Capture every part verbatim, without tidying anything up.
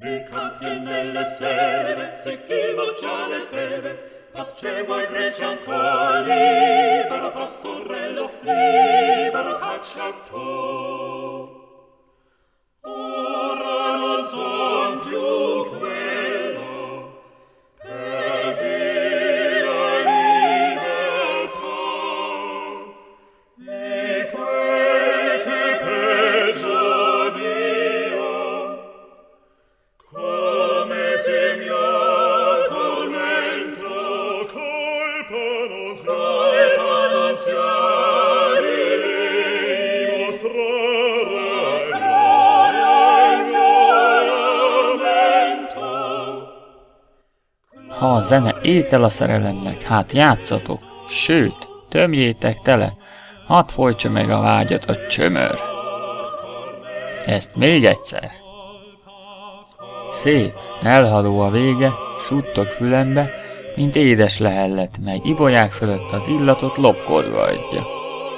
E campione serve, se chi già le beve, pascevo il Greciancò, libero pastorello, libero cacciatore. Ora non son più quello, perdi la libertà, di quel che peggio Dio, come se mi addormento, colpa non sia, colpa non sia di lei mostrare, mostrare il mio lamento. Ha a zene étel a szerelemnek, hát játszatok, sőt, tömjétek tele, hadd folytsa meg a vágyat a csömör. Ezt még egyszer. Szép, elhaló a vége, suttog fülembe, mint édes lehellet, mely ibolyák fölött az illatot lopkodva adja.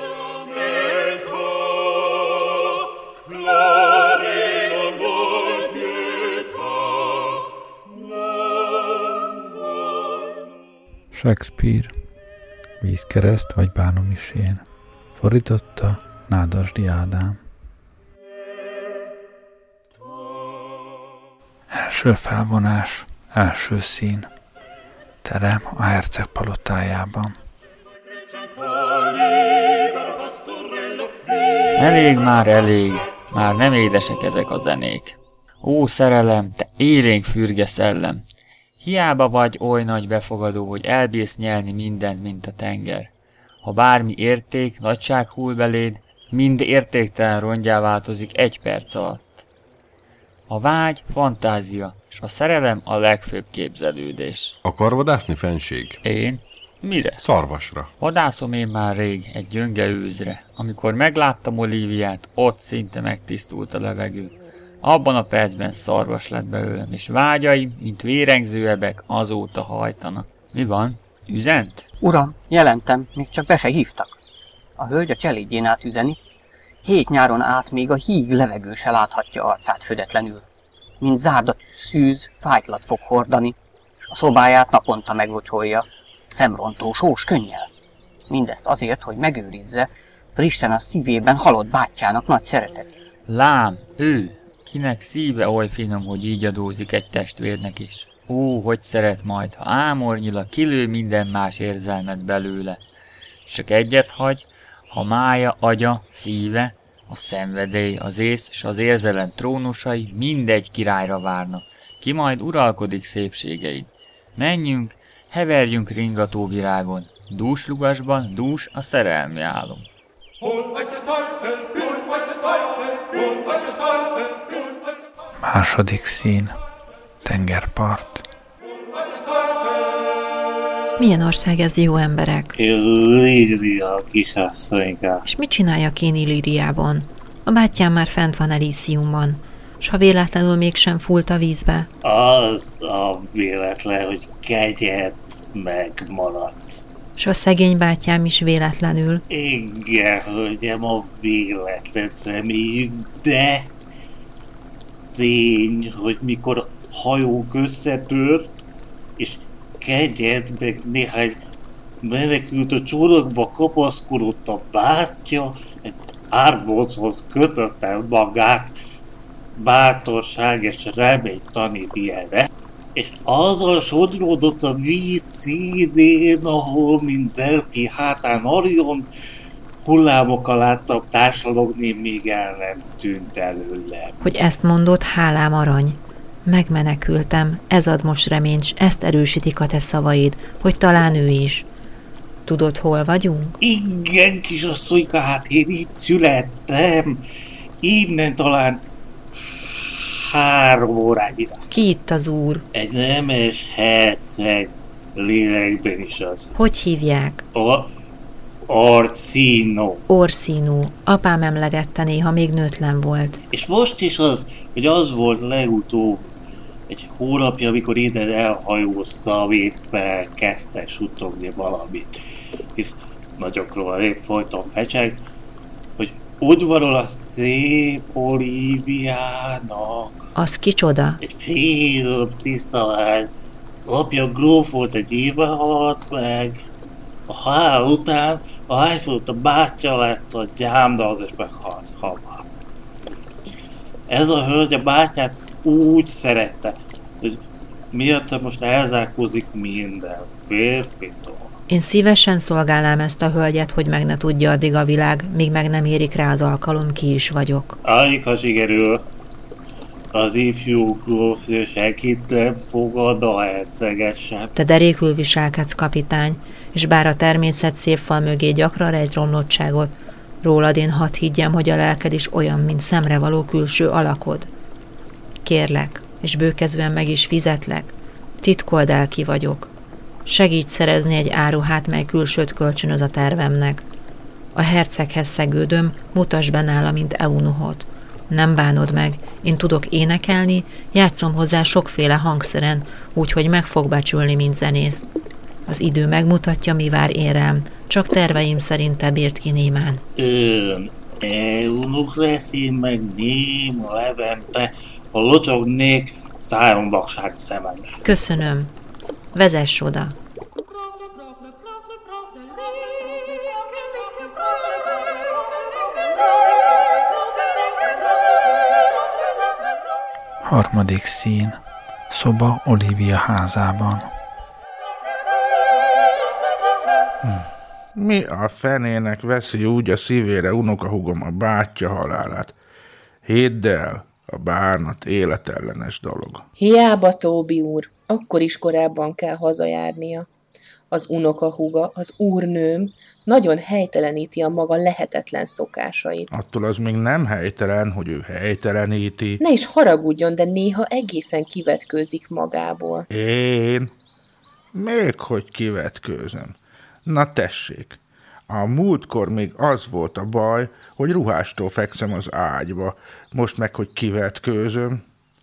Shakespeare, Vízkereszt vagy bánómisén. Fordította Nádasdy Ádám. Első felvonás, első szín. Terem a herceg palotájában. Elég már elég, már nem édesek ezek a zenék. Ó szerelem, te élénk fürge szellem! Hiába vagy oly nagy befogadó, hogy elbírsz nyelni mindent, mint a tenger. Ha bármi érték, nagyság hull beléd, mind értéktelen rongyá változik egy perc alatt. A vágy fantázia, s a szerelem a legfőbb képzelődés. Akar vadászni, fenség? Én? Mire? Szarvasra. Vadászom én már rég, egy gyönge őzre. Amikor megláttam Olíviát, ott szinte megtisztult a levegő. Abban a percben szarvas lett belőlem, és vágyaim, mint vérengző ebek, azóta hajtanak. Mi van? Üzent? Uram, jelentem, még csak be se hívtak. A hölgy a cselédjén át üzeni. Hét nyáron át még a híg levegő se láthatja arcát födetlenül. Mint zárdat szűz, fájtlat fog hordani, és a szobáját naponta meglocsolja, szemrontó sós könnyel. Mindezt azért, hogy megőrizze Pristina szívében halott bátyjának nagy szeretet. Lám, ő! Kinek szíve oly finom, hogy így adózik egy testvérnek is. Ó, hogy szeret majd, ha ámornyilag kilő minden más érzelmet belőle. Csak egyet hagy, ha mája, agya, szíve, a szenvedély, az ész s az érzelem trónusai mindegy királyra várnak, ki majd uralkodik szépségeid. Menjünk, heverjünk ringató virágon, dús lugasban dús a szerelmi álom. Második szín, tengerpart. Milyen ország ez, jó emberek? Illíria, kisasszonyka. És mit csináljak én Illíriában? A bátyám már fent van Elysiumban, s ha véletlenül mégsem fúlt a vízbe. Az a véletlen, hogy kegyet megmaradt. S a szegény bátyám is véletlenül. Igen, hölgyem, a véletlen reméljük, de tény, hogy mikor a hajónk összetört, és kegyet, meg néhány menekült a csónakba kapaszkodott a bátyja, egy árbochoz kötötte magát, bátorság és remény tanít ilyenre, és azzal sodródott a víz színén, ahol mint Delfi hátán Arion, hullámokkal láttam társalogni, még el nem tűnt előlem. Hogy ezt mondod, hálám arany. Megmenekültem, ez ad most reményt, s ezt erősítik a te szavaid, hogy talán ő is. Tudod, hol vagyunk? Igen, kisasszonyka, hát én itt születtem. Innen talán három órányira. Ki itt az úr? Egy nemes herceg, lélekben is az. Hogy hívják? A Orsino. Orsino. Apám emlegette néha, még nőtlen volt. És most is az, hogy az volt legutóbb egy hónapja, amikor ide elhajóztam, éppen kezdtek suttogni valamit. Hisz nagyokról épp folyton fecseg, hogy udvarol a szép Olíviának. Az kicsoda? Egy finom, tiszta lány. Apja gróf volt, egy éve halt meg. A halál után a lányfölött a bátyja lett, a gyámda az is meghalt hamar. Ez a hölgy a bátyát úgy szerette, hogy miatt most elzárkózik minden férfitól. Én szívesen szolgálnám ezt a hölgyet, hogy meg ne tudja addig a világ, míg meg nem érik rá az alkalom, ki is vagyok. Alig, ha sikerül, az ifjú gróf senkit nem fogad a hercegesen. Te derékül viselkedsz, kapitány, és bár a természet szép fal mögé gyakran egy romlottságot, rólad én hadd higgyem, hogy a lelked is olyan, mint szemrevaló külső alakod. Kérlek, és bőkezően meg is fizetlek, titkold el, ki vagyok. Segíts szerezni egy áruhát, mely külsőt kölcsönöz a tervemnek. A herceghez szegődöm, mutasd be nála, mint eunuhot. Nem bánod meg, én tudok énekelni, játszom hozzá sokféle hangszeren, úgyhogy meg fog becsülni, mint zenészt. Az idő megmutatja, mi vár én rám, csak terveim szerint te bírt ki némán. Ön eunuch lesz, én meg ném a levente, ha locsognék, szálljon vakság szememre. Köszönöm. Vezess oda. Harmadik szín. Szoba Olivia házában. Mi a fenének veszi úgy a szívére unokahúgom a bátyja halálát? Hidd el, a bánat életellenes dolog. Hiába, Tóbi úr, akkor is korábban kell hazajárnia. Az unokahúga, az úrnőm nagyon helyteleníti a maga lehetetlen szokásait. Attól az még nem helytelen, hogy ő helyteleníti. Ne is haragudjon, de néha egészen kivetkőzik magából. Én? Még hogy kivetkőzöm. Na tessék, a múltkor még az volt a baj, hogy ruhástól fekszem az ágyba, most meg, hogy kivetkőzöm.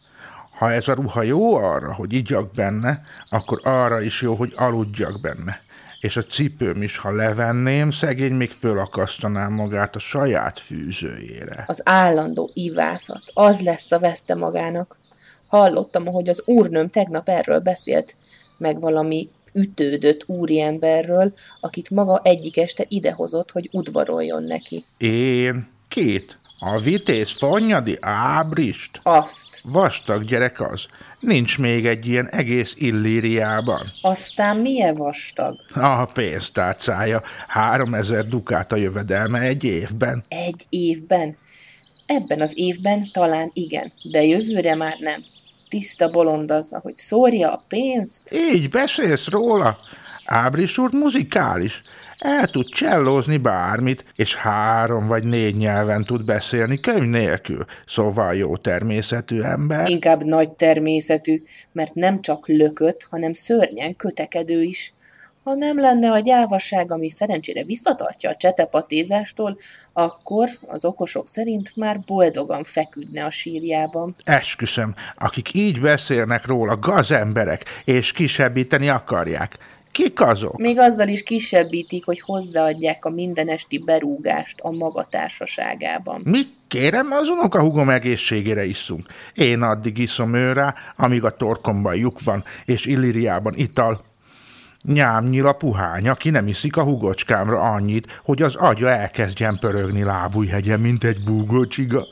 Ha ez a ruha jó arra, hogy igyak benne, akkor arra is jó, hogy aludjak benne. És a cipőm is, ha levenném, szegény még fölakasztanám magát a saját fűzőjére. Az állandó ivászat, az lesz a veszte magának. Hallottam, ahogy az úrnőm tegnap erről beszélt, meg valami ütődött úriemberről, akit maga egyik este idehozott, hogy udvaroljon neki. Én? Két? A vitéz Fonyadi Ábrist? Azt. Vastag gyerek az. Nincs még egy ilyen egész Illíriában. Aztán milyen vastag? A pénztárcája. Háromezer dukát a jövedelme egy évben. Egy évben? Ebben az évben talán igen, de jövőre már nem. Tiszta bolond az, ahogy szórja a pénzt. Így beszélsz róla? Ábris úr muzikális. El tud csellózni bármit, és három vagy négy nyelven tud beszélni könyv nélkül. Szóval jó természetű ember. Inkább nagy természetű, mert nem csak lökött, hanem szörnyen kötekedő is. Ha nem lenne a gyávaság, ami szerencsére visszatartja a csetepatézástól, akkor az okosok szerint már boldogan feküdne a sírjában. Esküszöm, akik így beszélnek róla, gazemberek, és kisebbíteni akarják. Kik azok? Még azzal is kisebbítik, hogy hozzáadják a mindenesti berúgást a maga társaságában. Mit kérem, az unokahúgom egészségére iszunk. Én addig iszom őrá, amíg a torkomban lyuk van, és Illíriában ital. Nyámnyila puhány, aki nem iszik a hugocskámra annyit, hogy az agya elkezdjen pörögni lábújhegyen, mint egy búgócsiga.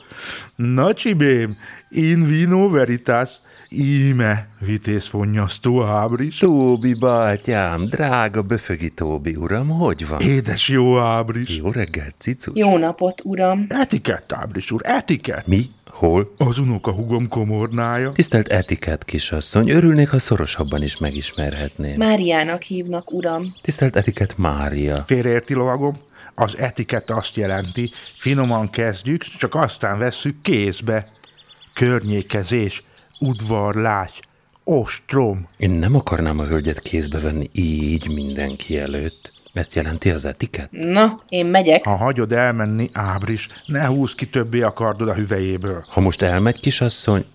Na csibém, in vino veritas, íme vitézfonnyasztó Ábris. Tóbi bátyám, drága böfögi Tóbi uram, hogy van? Édes jó Ábris. Jó reggelt, cicus. Jó napot, uram. Etikett, Ábris úr, etikett. Mi? Hol? Az unokahúgom komornája. Tisztelt etikett kisasszony, örülnék, ha szorosabban is megismerhetném. Máriának hívnak, uram. Tisztelt etikett Mária. Félreérti lovagom? Az etikett azt jelenti, finoman kezdjük, csak aztán vesszük kézbe. Környékezés, udvarlás, ostrom. Én nem akarnám a hölgyet kézbe venni így mindenki előtt. Ezt jelenti az etikett? Na, én megyek. Ha hagyod elmenni, Ábris, ne húzz ki többé a kardod a hüvelyéből. Ha most elmegy, kisasszony,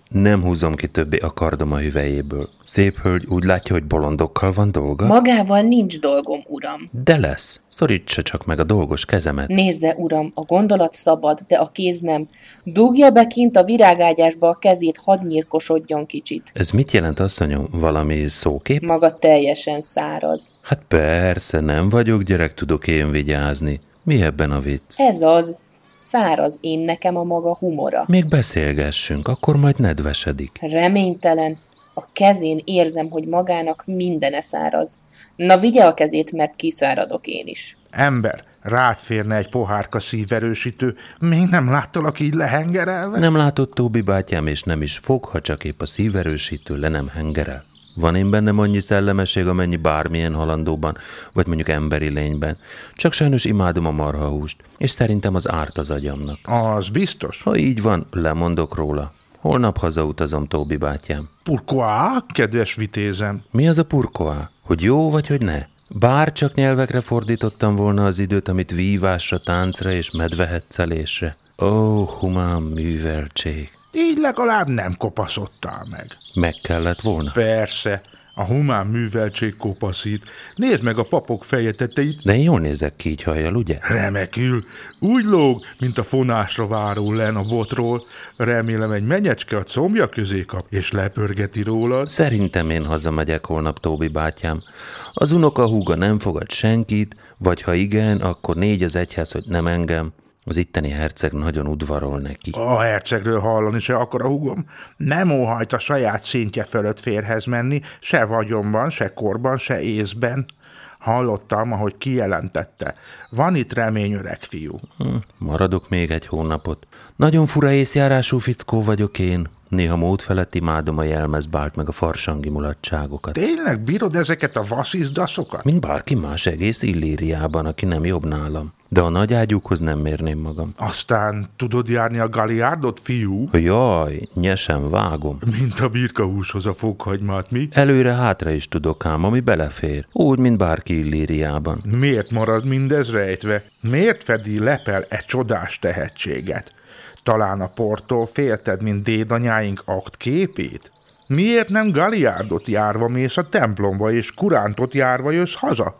Nem húzom ki többé a kardom a hüvelyéből. Szép hölgy úgy látja, hogy bolondokkal van dolga? Magával nincs dolgom, uram. De lesz. Szorítsa csak meg a dolgos kezemet. Nézze, uram, a gondolat szabad, de a kéz nem. Dugja be kint a virágágyásba a kezét, hadd nyírkosodjon kicsit. Ez mit jelent, asszonyom? Valami szókép? Maga teljesen száraz. Hát persze, nem vagyok gyerek, tudok én vigyázni. Mi ebben a vicc? Ez az. Száraz én nekem a maga humora. Még beszélgessünk, akkor majd nedvesedik. Reménytelen. A kezén érzem, hogy magának mindene száraz. Na vigye a kezét, mert kiszáradok én is. Ember, rád férne egy pohárka szíverősítő, még nem láttalak így lehengerelve? Nem látott Tóbi bátyám, és nem is fog, ha csak épp a szíverősítő le nem hengerel. Van én bennem annyi szellemesség, amennyi bármilyen halandóban, vagy mondjuk emberi lényben. Csak sajnos imádom a marhahúst, és szerintem az árt az agyamnak. Az biztos? Ha így van, lemondok róla. Holnap hazautazom, Tóbi bátyám. Pourquoi, kedves vitézem? Mi az a pourquoi? Hogy jó vagy, hogy ne? Bár csak nyelvekre fordítottam volna az időt, amit vívásra, táncra és medvehetszelésre. Ó, humán műveltség! Így legalább nem kopaszodtál meg. Meg kellett volna. Persze, a humán műveltség kopaszít. Nézd meg a papok feje tetejét. De én jól nézek ki így hajjal, ugye? Remekül. Úgy lóg, mint a fonásra váró len a botról. Remélem egy menyecske a combja közé kap, és lepörgeti rólad. Szerintem én hazamegyek holnap, Tóbi bátyám. Az unoka húga nem fogad senkit, vagy ha igen, akkor négy az egyház, hogy nem engem. Az itteni herceg nagyon udvarol neki. A hercegről hallani se akar a húgom. Nem óhajt a saját szintje fölött férhez menni, se vagyonban, se korban, se észben. Hallottam, ahogy kijelentette. Van itt remény, öreg fiú. Hm, maradok még egy hónapot. Nagyon fura észjárású fickó vagyok én. Néha mód felett imádom a jelmezbált meg a farsangi mulatságokat. Tényleg bírod ezeket a vasszizdaszokat? Mint bárki más egész Illíriában, aki nem jobb nálam. De a nagy ágyúkhoz nem mérném magam. Aztán tudod járni a galiárdot, fiú? Jaj, nyesen vágom. Mint a birkahúshoz a fokhagymát, mi? Előre-hátra is tudok ám, ami belefér. Úgy, mint bárki Illíriában. Miért marad mindez rejtve? Miért fedi lepel e csodás tehetséget? Talán a portól félted, mint dédanyáink aktképét? Miért nem galiárdot járva mész a templomba, és kurántot járva jössz haza?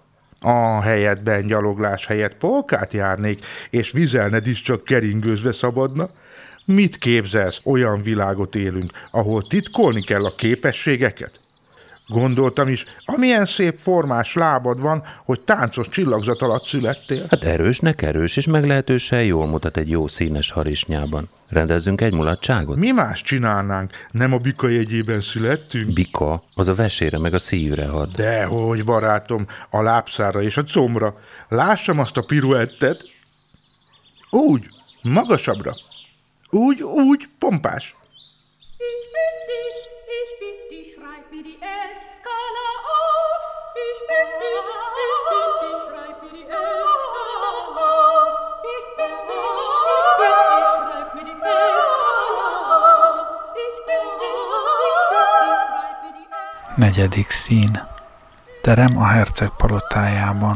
A helyedben gyaloglás helyett polkát járnék, és vizelned is csak keringőzve szabadna? Mit képzelsz, olyan világot élünk, ahol titkolni kell a képességeket? Gondoltam is, amilyen szép formás lábad van, hogy táncos csillagzat alatt születtél. Hát erősnek erős, és meglehetősen jól mutat egy jó színes harisnyában. Rendezzünk egy mulatságot? Mi más csinálnánk? Nem a bika jegyében születtünk? Bika, az a vesére meg a szívre had. Dehogy, barátom, a lábszára és a combra. Lássam azt a piruettet. Úgy, magasabbra. Úgy, úgy, pompás. Ich bin dich, ich bin dich, schreib mir die S-Skala auf. Ich bin dich, ich bin dich, schreib mir die S-Skala auf. Ich bin dich, ich bin dich, schreib mir die S-Skala auf. Ich bin dich, ich bin dich, schreib mir die S-Skala auf. Negyedik szín. Terem a herceg palotájában.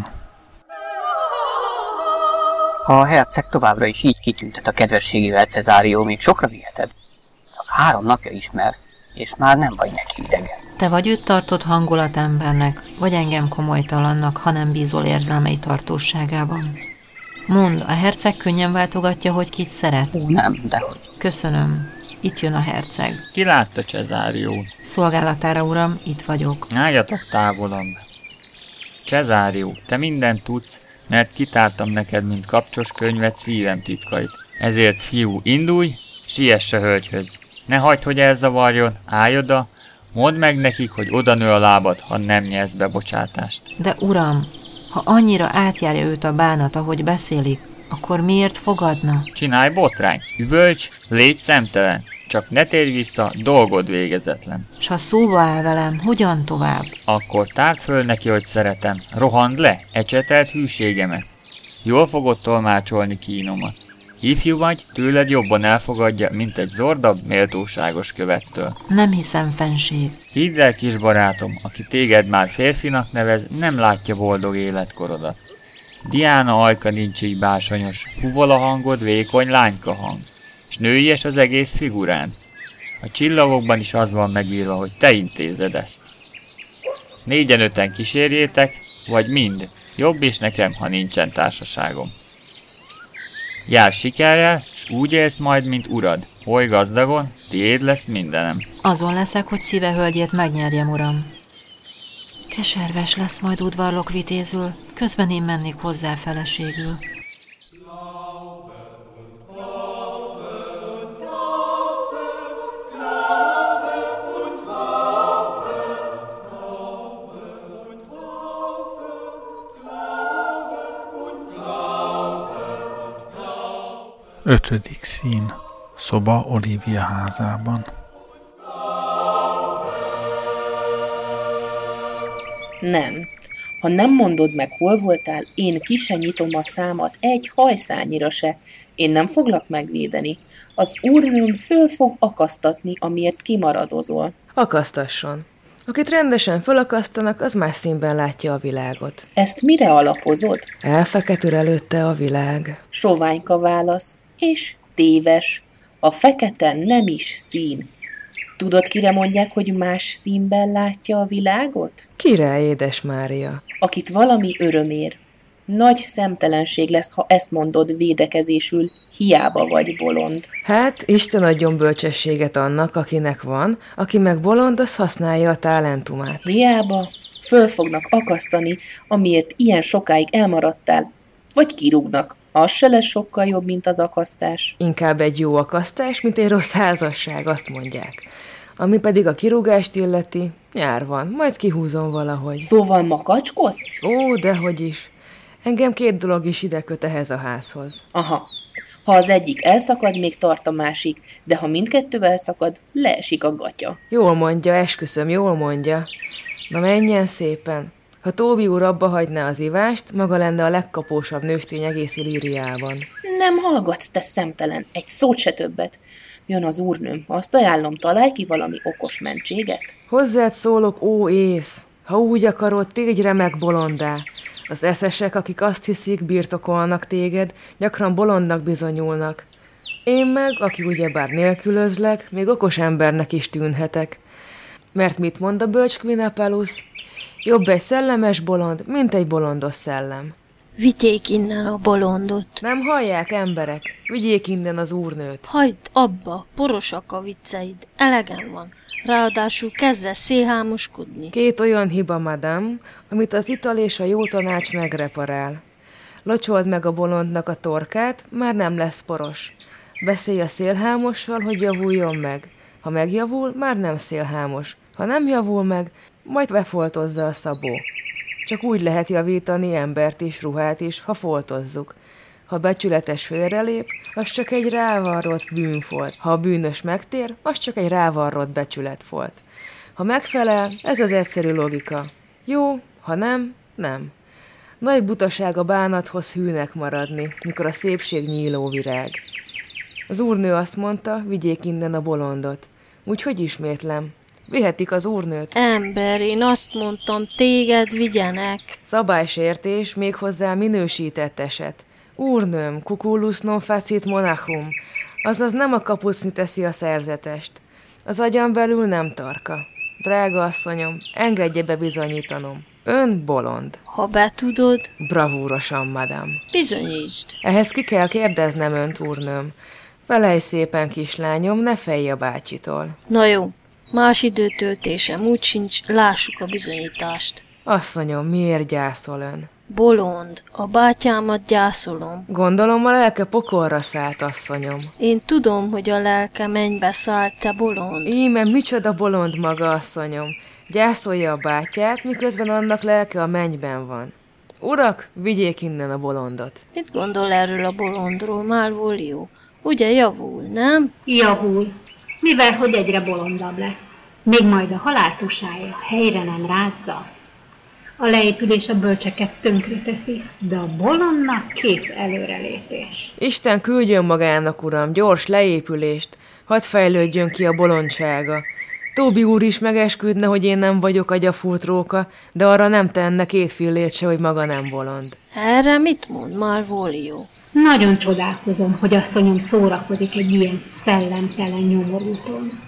Ha a herceg továbbra is így kitüntet a kedvességével, Cezárió, még sokra viheted. Csak három napja ismer, és már nem vagy neki idegen. Te vagy őt tartott hangulatembernek, vagy engem komolytalannak, ha nem bízol érzelmei tartóságában. Mondd, a herceg könnyen váltogatja, hogy kit szeret? Ú, nem, dehogy. Köszönöm. Itt jön a herceg. Ki látta Cezáriót? Szolgálatára, uram, itt vagyok. Álljatok távolabb. Cezárió, te mindent tudsz, mert kitártam neked, mint kapcsos könyvet, szívem titkait. Ezért, fiú, indulj, siess a hölgyhöz. Ne hagyd, hogy elzavarjon, állj oda, mondd meg nekik, hogy oda nő a lábad, ha nem nyersz bebocsátást. De uram, ha annyira átjárja őt a bánat, ahogy beszélik, akkor miért fogadna? Csinálj botrányt, üvölts, légy szemtelen, csak ne térj vissza, dolgod végezetlen. S ha szóba áll velem, hogyan tovább? Akkor tárd föl neki, hogy szeretem, rohand le, ecsetelt hűségemet. Jól fogod tolmácsolni kínomat. Ifjú vagy, tőled jobban elfogadja, mint egy zordabb, méltóságos követtől. Nem hiszem, fenség. Hidd el, kis barátom, aki téged már férfinak nevez, nem látja boldog életkorodat. Diána ajka nincs így bársonyos, fuvol a hangod, vékony lányka hang, s nőies az egész figurán. A csillagokban is az van megírva, hogy te intézed ezt. Négyen-öten kísérjétek, vagy mind. Jobb is nekem, ha nincsen társaságom. Jár sikerrel, s úgy élsz majd, mint urad. Oly gazdagon, tiéd lesz mindenem. Azon leszek, hogy szíve hölgyét megnyerjem, uram. Keserves lesz majd udvarlok vitézül, közben én mennék hozzá feleségül. Ötödik szín. Szoba Olivia házában. Nem. Ha nem mondod meg, hol voltál, én ki se nyitom a számat egy hajszányira se. Én nem foglak megvédeni. Az úrnőm föl fog akasztatni, amiért kimaradozol. Akasztasson. Akit rendesen fölakasztanak, az más színben látja a világot. Ezt mire alapozod? Elfeketül előtte a világ. Soványka válasz. És téves. A fekete nem is szín. Tudod, kire mondják, hogy más színben látja a világot? Kire, édes Mária? Akit valami örömér. Nagy szemtelenség lesz, ha ezt mondod védekezésül, hiába vagy bolond. Hát, Isten adjon bölcsességet annak, akinek van, aki meg bolond, az használja a talentumát. Hiába föl fognak akasztani, amiért ilyen sokáig elmaradtál, vagy kirúgnak. Az se lesz sokkal jobb, mint az akasztás. Inkább egy jó akasztás, mint egy rossz házasság, azt mondják. Ami pedig a kirúgást illeti, nyár van, majd kihúzom valahogy. Szóval makacskodsz? Ó, dehogy is. Engem két dolog is ide köt ehhez a házhoz. Aha. Ha az egyik elszakad, még tart a másik, de ha mindkettő elszakad, leesik a gatya. Jól mondja, esküszöm, jól mondja. Na menjen szépen. Ha Tóbi úr abba hagyná az ivást, maga lenne a legkapósabb nőstény egész Illíriában. Nem hallgatsz, te szemtelen, egy szót se többet. Jön az úrnőm, azt ajánlom, találj ki valami okos mentséget. Hozzád szólok, ó ész, ha úgy akarod, tégy remek bolondá. Az eszesek, akik azt hiszik, birtokolnak téged, gyakran bolondnak bizonyulnak. Én meg, aki ugyebár nélkülözlek, még okos embernek is tűnhetek. Mert mit mond a bölcs Quinapalus? Jobb egy szellemes bolond, mint egy bolondos szellem. Vigyék innen a bolondot. Nem hallják, emberek? Vigyék innen az úrnőt. Hagyd abba, porosak a vicceid. Elegem van. Ráadásul kezdesz szélhámoskodni. Két olyan hiba, madám, amit az ital és a jó tanács megreparál. Locsold meg a bolondnak a torkát, már nem lesz poros. Beszélj a szélhámossal, hogy javuljon meg. Ha megjavul, már nem szélhámos. Ha nem javul meg, majd befoltozza a szabó. Csak úgy lehet javítani embert is, ruhát is, ha foltozzuk. Ha becsületes félrelép, az csak egy rávarrott bűn volt. Ha a bűnös megtér, az csak egy rávarrott becsület volt. Ha megfelel, ez az egyszerű logika. Jó, ha nem, nem. Nagy butaság a bánathoz hűnek maradni, mikor a szépség nyíló virág. Az úrnő azt mondta, vigyék innen a bolondot. Úgyhogy ismétlem. Vihetik az úrnőt. Ember, én azt mondtam, téged vigyenek. Szabálysértés, méghozzá minősített eset. Úrnőm, cucullus non facit monachum, azaz nem a kapucni teszi a szerzetest. Az agyam belül nem tarka. Drága asszonyom, engedje be bizonyítanom. Ön bolond. Ha betudod... Bravúrosan, madám. Bizonyítsd. Ehhez ki kell kérdeznem önt, úrnőm. Felejj szépen, kislányom, ne félj a bácsitól. Na jó, más időtöltésem úgy sincs, lássuk a bizonyítást. Asszonyom, miért gyászol ön? Bolond, a bátyámat gyászolom. Gondolom a lelke pokolra szállt, asszonyom. Én tudom, hogy a lelke mennybe szállt, te bolond. Íme, micsoda bolond maga, asszonyom. Gyászolja a bátyát, miközben annak lelke a mennyben van. Urak, vigyék innen a bolondot. Mit gondol erről a bolondról, Malvolio? Ugye javul, nem? Javul, mivel hogy egyre bolondabb lesz. Még majd a haláltusája helyre nem rázza. A leépülés a bölcseket tönkre teszi, de a bolondnak kész előrelépés. Isten küldjön magának, uram, gyors leépülést, hadd fejlődjön ki a bolondsága. Tóbi úr is megesküdne, hogy én nem vagyok agyafúrt róka, de arra nem tenne két fillért se, hogy maga nem bolond. Erre mit mond Malvolio? Nagyon csodálkozom, hogy asszonyom szórakozik egy ilyen szellemtelen nyomorúton.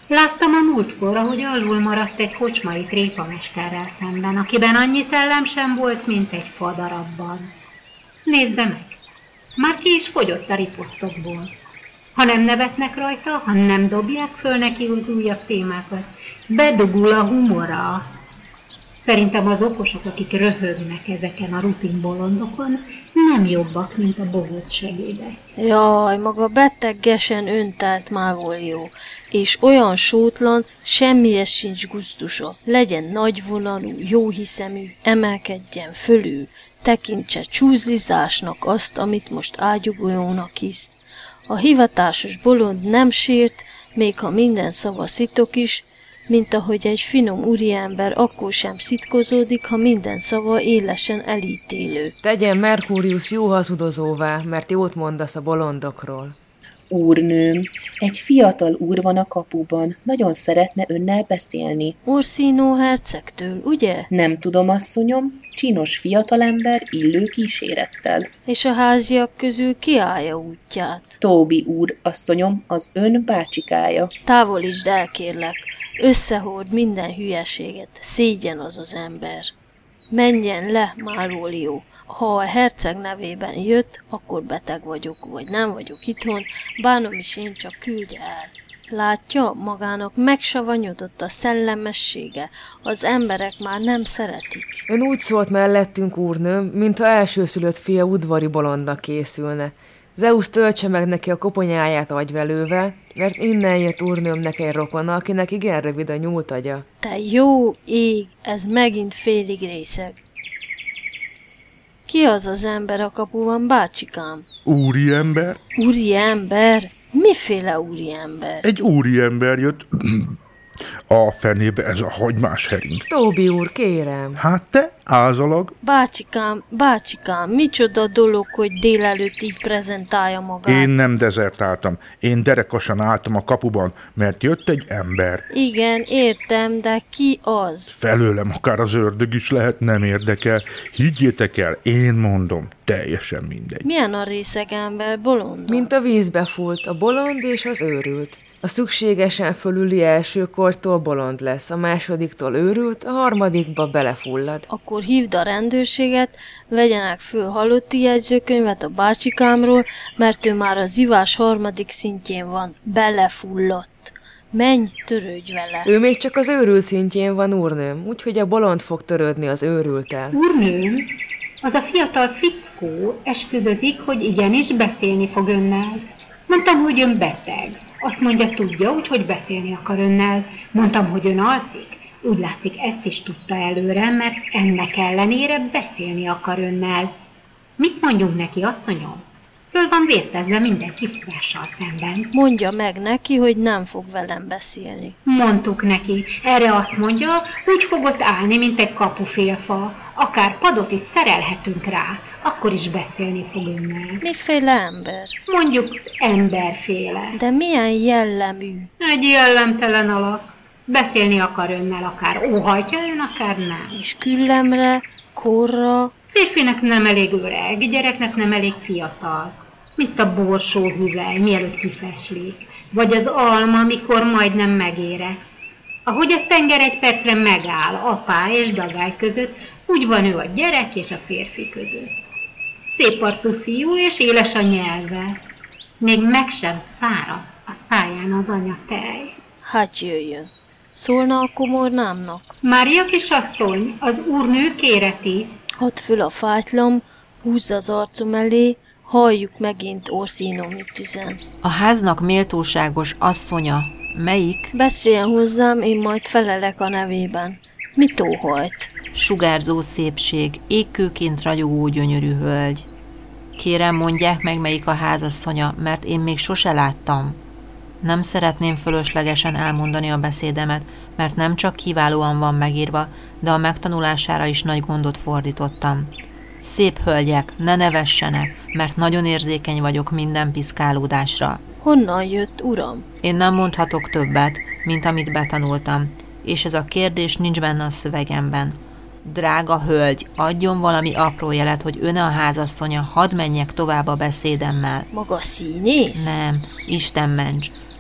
Láttam a múltkor, ahogy alul maradt egy kocsmai tréfamesterrel szemben, akiben annyi szellem sem volt, mint egy fadarabban. Nézze meg! Már ki is fogyott a riposztokból. Ha nem nevetnek rajta, ha nem dobják föl neki az újabb témákat, bedugul a humora. Szerintem az okosok, akik röhögnek ezeken a rutin bolondokon, nem jobbak, mint a bohóc segédek. Jaj, maga betegesen öntelt Malvolio, és olyan sótlan, semmihez sincs gusztusa. Legyen nagyvonalú, jóhiszemű, emelkedjen fölül, tekintse csúzlizásnak azt, amit most ágyugójónak hisz. A hivatásos bolond nem sért, még ha minden szava szitok is, mint ahogy egy finom úriember akkor sem szitkozódik, ha minden szava élesen elítélő. Tegyen Merkurius jó hazudozóvá, mert jót mondasz a bolondokról. Úrnőm, egy fiatal úr van a kapuban, nagyon szeretne önnel beszélni. Orsino hercegtől, ugye? Nem tudom, asszonyom, csinos fiatalember illő kísérettel. És a háziak közül ki állja útját? Tóbi úr, asszonyom, az ön bácsikája. Távolítsd el, kérlek. Összehord minden hülyeséget, szégyen az az ember. Menjen le, Malvolio. Ha a herceg nevében jött, akkor beteg vagyok, vagy nem vagyok itthon, bánom is én, csak küldje el. Látja, magának megsavanyodott a szellemessége, az emberek már nem szeretik. Ön úgy szólt mellettünk, úrnőm, mintha elsőszülött fia udvari bolondnak készülne. Zeus töltse meg neki a koponyáját agyvelővel, mert innen jött úrnőmnek egy rokona, akinek igen rövid a nyúltagya. Te jó ég, ez megint félig részeg. Ki az az ember a kapuban, bácsikám? Úriember? Úriember? Miféle úriember? Egy úriember jött. A fenébe ez a hagymás hering. Tóbi úr, kérem. Hát te, ázalag. Bácsikám, bácsikám, micsoda dolog, hogy délelőtt így prezentálja magát. Én nem dezertáltam. Én derekasan álltam a kapuban, mert jött egy ember. Igen, értem, de ki az? Felőlem akár az ördög is lehet, nem érdekel. Higgyétek el, én mondom, teljesen mindegy. Milyen a részeg ember, bolond? Mint a vízbe fúlt, a bolond és az őrült. A szükségesen fölüli elsőkortól bolond lesz, a másodiktól őrült, a harmadikba belefullad. Akkor hívd a rendőrséget, vegyenek föl halotti jegyzőkönyvet a bácsikámról, mert ő már az ivás harmadik szintjén van, belefulladt. Menj, törődj vele. Ő még csak az őrült szintjén van, úrnőm, úgyhogy a bolond fog törődni az őrülttel. Úrnőm, az a fiatal fickó esküdözik, hogy igenis beszélni fog önnel. Mondtam, hogy ön beteg. Azt mondja, tudja, úgy, hogy beszélni akar önnel. Mondtam, hogy ön alszik. Úgy látszik, ezt is tudta előre, mert ennek ellenére beszélni akar önnel. Mit mondjunk neki, asszonyom? Föl van vértezve minden kifogással szemben. Mondja meg neki, hogy nem fog velem beszélni. Mondtuk neki. Erre azt mondja, úgy fogott állni, mint egy kapufélfa. Akár padot is szerelhetünk rá, akkor is beszélni fog önnel. Miféle ember? Mondjuk emberféle. De milyen jellemű? Egy jellemtelen alak. Beszélni akar önnel, akár óhajtja ön, akár nem. És küllemre, korra... Férfinek nem elég öreg, gyereknek nem elég fiatal. Mint a borsó hüvely, mielőtt kifeslik. Vagy az alma, mikor majdnem megére. Ahogy a tenger egy percre megáll apá és dagály között, úgy van ő a gyerek és a férfi között. Szép arcú fiú és éles a nyelve. Még meg sem száradt a száján az anya tej. Hát jöjjön. Szólna a komornámnak? Mária kisasszony, az úrnő kéreti. Hadd föl a fájtlam, húzza az arcom elé, halljuk megint Orsino mit üzen. A háznak méltóságos asszonya, melyik? Beszéljen hozzám, én majd felelek a nevében. Mit óhajt? Sugárzó szépség, égkőként ragyogó gyönyörű hölgy. Kérem, mondják meg, melyik a házasszonya, mert én még sose láttam. Nem szeretném fölöslegesen elmondani a beszédemet, mert nem csak kiválóan van megírva, de a megtanulására is nagy gondot fordítottam. Szép hölgyek, ne nevessenek, mert nagyon érzékeny vagyok minden piszkálódásra. Honnan jött, uram? Én nem mondhatok többet, mint amit betanultam, és ez a kérdés nincs benne a szövegemben. Drága hölgy, adjon valami apró jelet, hogy ön a házasszonya, hadd menjek tovább a beszédemmel. Maga színész? Nem, Isten ments.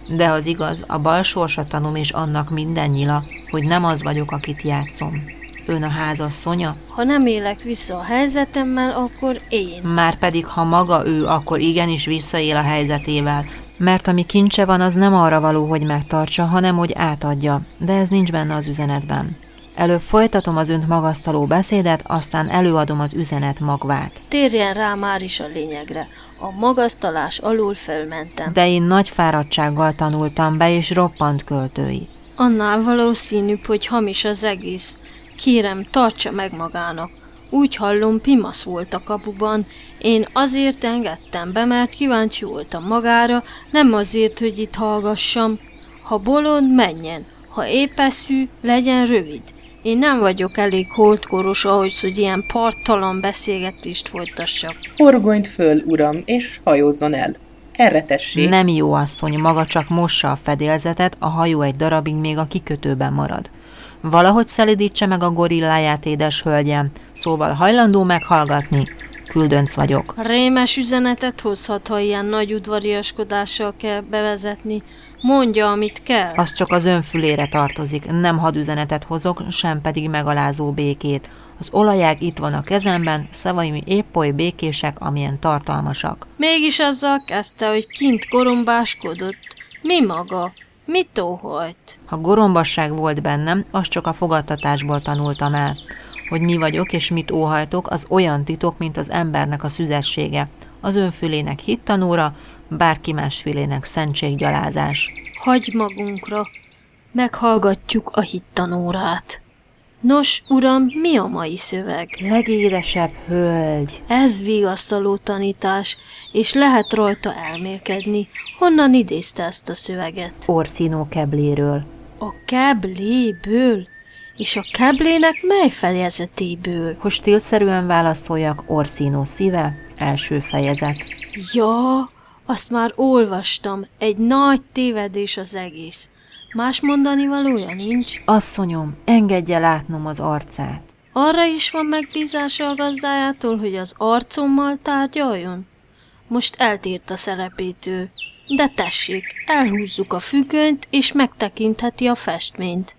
De az igaz, a bal sorsa tanom és annak minden nyila, hogy nem az vagyok, akit játszom. Ön a házasszonya? Ha nem élek vissza a helyzetemmel, akkor én. Márpedig, ha maga ő, akkor igenis visszaél a helyzetével, mert ami kincse van, az nem arra való, hogy megtartsa, hanem hogy átadja, de ez nincs benne az üzenetben. Előbb folytatom az önt magasztaló beszédet, aztán előadom az üzenet magvát. Térjen rá már is a lényegre. A magasztalás alól felmentem. De én nagy fáradtsággal tanultam be, és roppant költői. Annál valószínűbb, hogy hamis az egész. Kérem, tartsa meg magának. Úgy hallom, Pimasz volt a kapuban. Én azért engedtem be, mert kíváncsi voltam magára, nem azért, hogy itt hallgassam. Ha bolond, menjen. Ha épp eszű, legyen rövid. Én nem vagyok elég holdkoros ahhoz, hogy ilyen parttalan beszélgetést folytassak. Horgonyt föl, uram, és hajózzon el. Erre tessék. Nem jó, asszony, maga csak mossa a fedélzetet, a hajó egy darabig még a kikötőben marad. Valahogy szelidítse meg a gorilláját, édes hölgyem, szóval hajlandó meghallgatni. Küldönc vagyok. Rémes üzenetet hozhat, ha ilyen nagy udvariaskodással kell bevezetni. Mondja, amit kell. Az csak az ön fülére tartozik, nem hadüzenetet hozok, sem pedig megalázó békét. Az olajág itt van a kezemben, szavaim épp oly békések, amilyen tartalmasak. Mégis azzal kezdte, hogy kint gorombáskodott. Mi maga? Mit óhajt? Ha gorombasság volt bennem, azt csak a fogadtatásból tanultam el. Hogy mi vagyok és mit óhajtok, az olyan titok, mint az embernek a szüzessége. Az ön fülének hittanóra, bárki más fülének szentséggyalázás. Hagy magunkra, meghallgatjuk a hittanórát. Nos, uram, mi a mai szöveg? Legédesebb hölgy. Ez vigasztaló tanítás, és lehet rajta elmélkedni. Honnan idézte ezt a szöveget? Orsino Kebléről. A Kebléből? És a Keblének mely fejezetéből? Hogy stílszerűen válaszoljak, Orsino szíve, első fejezet. Ja, azt már olvastam, egy nagy tévedés az egész. Más mondani valója nincs? Asszonyom, engedje látnom az arcát. Arra is van megbízása a gazdájától, hogy az arcommal tárgyaljon? Most eltért a szerepétől, de tessék, elhúzzuk a függönyt, és megtekintheti a festményt.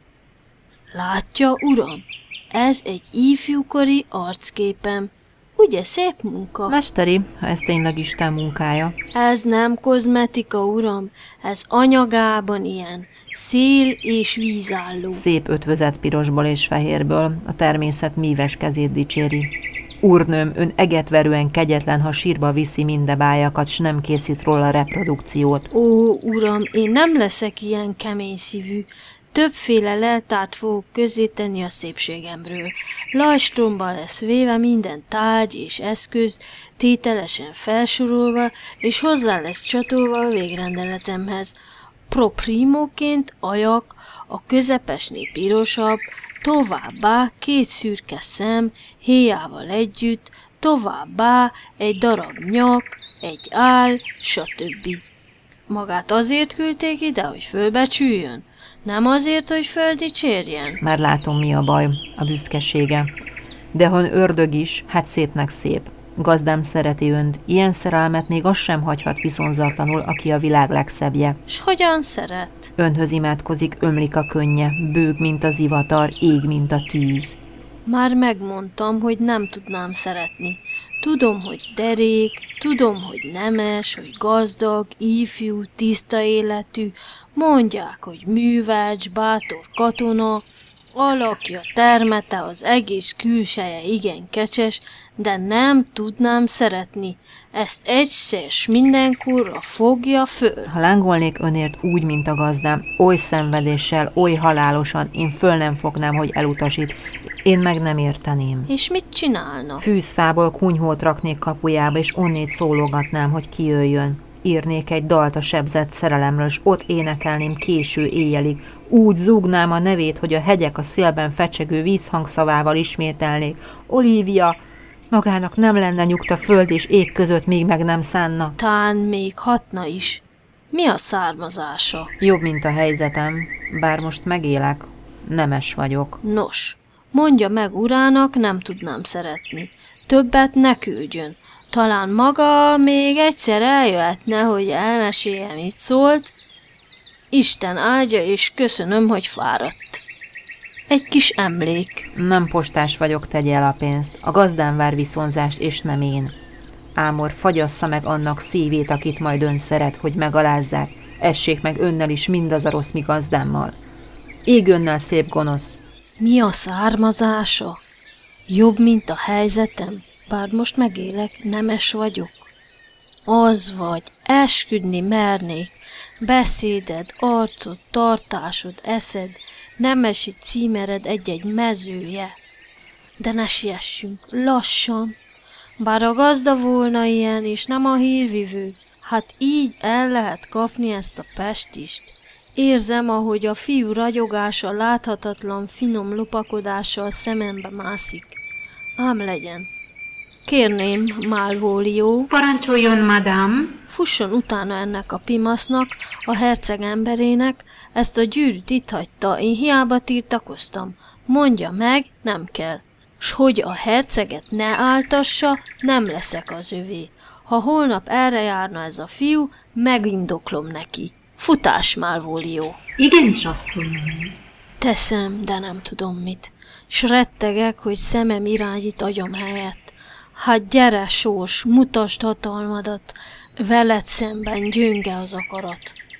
Látja, uram, ez egy ifjúkori arcképem. Ugye szép munka? Mesteri, ha ez tényleg Isten munkája. Ez nem kozmetika, uram, ez anyagában ilyen. Szél és vízálló. Szép ötvözet pirosból és fehérből, a természet míves kezét dicséri. Úrnőm, ön egetverően kegyetlen, ha sírba viszi mindebájakat, s nem készít róla reprodukciót. Ó, uram, én nem leszek ilyen kemény szívű. Többféle leltárt fogok közzétenni a szépségemről. Lajstromban lesz véve minden tárgy és eszköz, tételesen felsorolva, és hozzá lesz csatolva a végrendeletemhez. Pro primóként ajak, a közepesnél pirosabb, továbbá két szürke szem, héjával együtt, továbbá egy darab nyak, egy áll, stb. Magát azért küldték ide, hogy fölbecsüljön? Nem azért, hogy földicsérjen? Már látom, mi a baj, a büszkesége. De ha ön ördög is, hát szépnek szép. Gazdám szereti önt, ilyen szerelmet még az sem hagyhat viszonzatlanul, aki a világ legszebbje. S hogyan szeret? Önhöz imádkozik, ömlik a könnye, bőg, mint az ivatar, ég, mint a tűz. Már megmondtam, hogy nem tudnám szeretni. Tudom, hogy derék, tudom, hogy nemes, hogy gazdag, ifjú, tiszta életű, mondják, hogy művelcs, bátor katona, alakja, termete, az egész külseje igen kecses, de nem tudnám szeretni. Ezt egyszer s mindenkorra fogja föl. Ha lángolnék önért úgy, mint a gazdám, oly szenvedéssel, oly halálosan, én föl nem fognám, hogy elutasít. Én meg nem érteném. És mit csinálna? Fűzfából kunyhót raknék kapujába, és onnét szólogatnám, hogy kijöjjön. Írnék egy dalt a sebzett szerelemről, és ott énekelném késő éjjelig. Úgy zúgnám a nevét, hogy a hegyek a szélben fecsegő vízhangszavával ismételnék. Olivia, magának nem lenne nyugta föld és ég között, míg meg nem szánna. Tán még hatna is. Mi a származása? Jobb, mint a helyzetem, bár most megélek. Nemes vagyok. Nos, mondja meg urának, nem tudnám szeretni. Többet ne küldjön. Talán maga még egyszer eljöhetne, hogy elmesélje, mit szólt. Isten áldja, és köszönöm, hogy fáradt. Egy kis emlék. Nem postás vagyok, tegye el a pénzt. A gazdám vár viszonzást, és nem én. Ámor, fagyassza meg annak szívét, akit majd ön szeret, hogy megalázzák. Essék meg önnel is mindaz a rossz mi gazdámmal. Ég önnel, szép gonosz. Mi a származása? Jobb, mint a helyzetem, bár most megélek, nemes vagyok. Az vagy, esküdni mernék, beszéded, arcod, tartásod, eszed, nemesi címered egy-egy mezője. De ne siessünk, lassan. Bár a gazda volna ilyen, és nem a hírvivő, hát így el lehet kapni ezt a pestist. Érzem, ahogy a fiú ragyogása láthatatlan, finom lopakodással szemembe mászik. Ám legyen. Kérném, Malvolio. Parancsoljon, madame. Fusson utána ennek a pimasznak, a herceg emberének, ezt a gyűrűt itt hagyta, én hiába tiltakoztam. Mondja meg, nem kell. S hogy a herceget ne áltassa, nem leszek az övé. Ha holnap erre járna ez a fiú, megindoklom neki. Futás, Malvolio. Igenis, asszonyom. Teszem, de nem tudom mit. S rettegek, hogy szemem irányít agyam helyett. Hát gyere, sors, mutasd hatalmadat, veled szemben gyönge az akarat.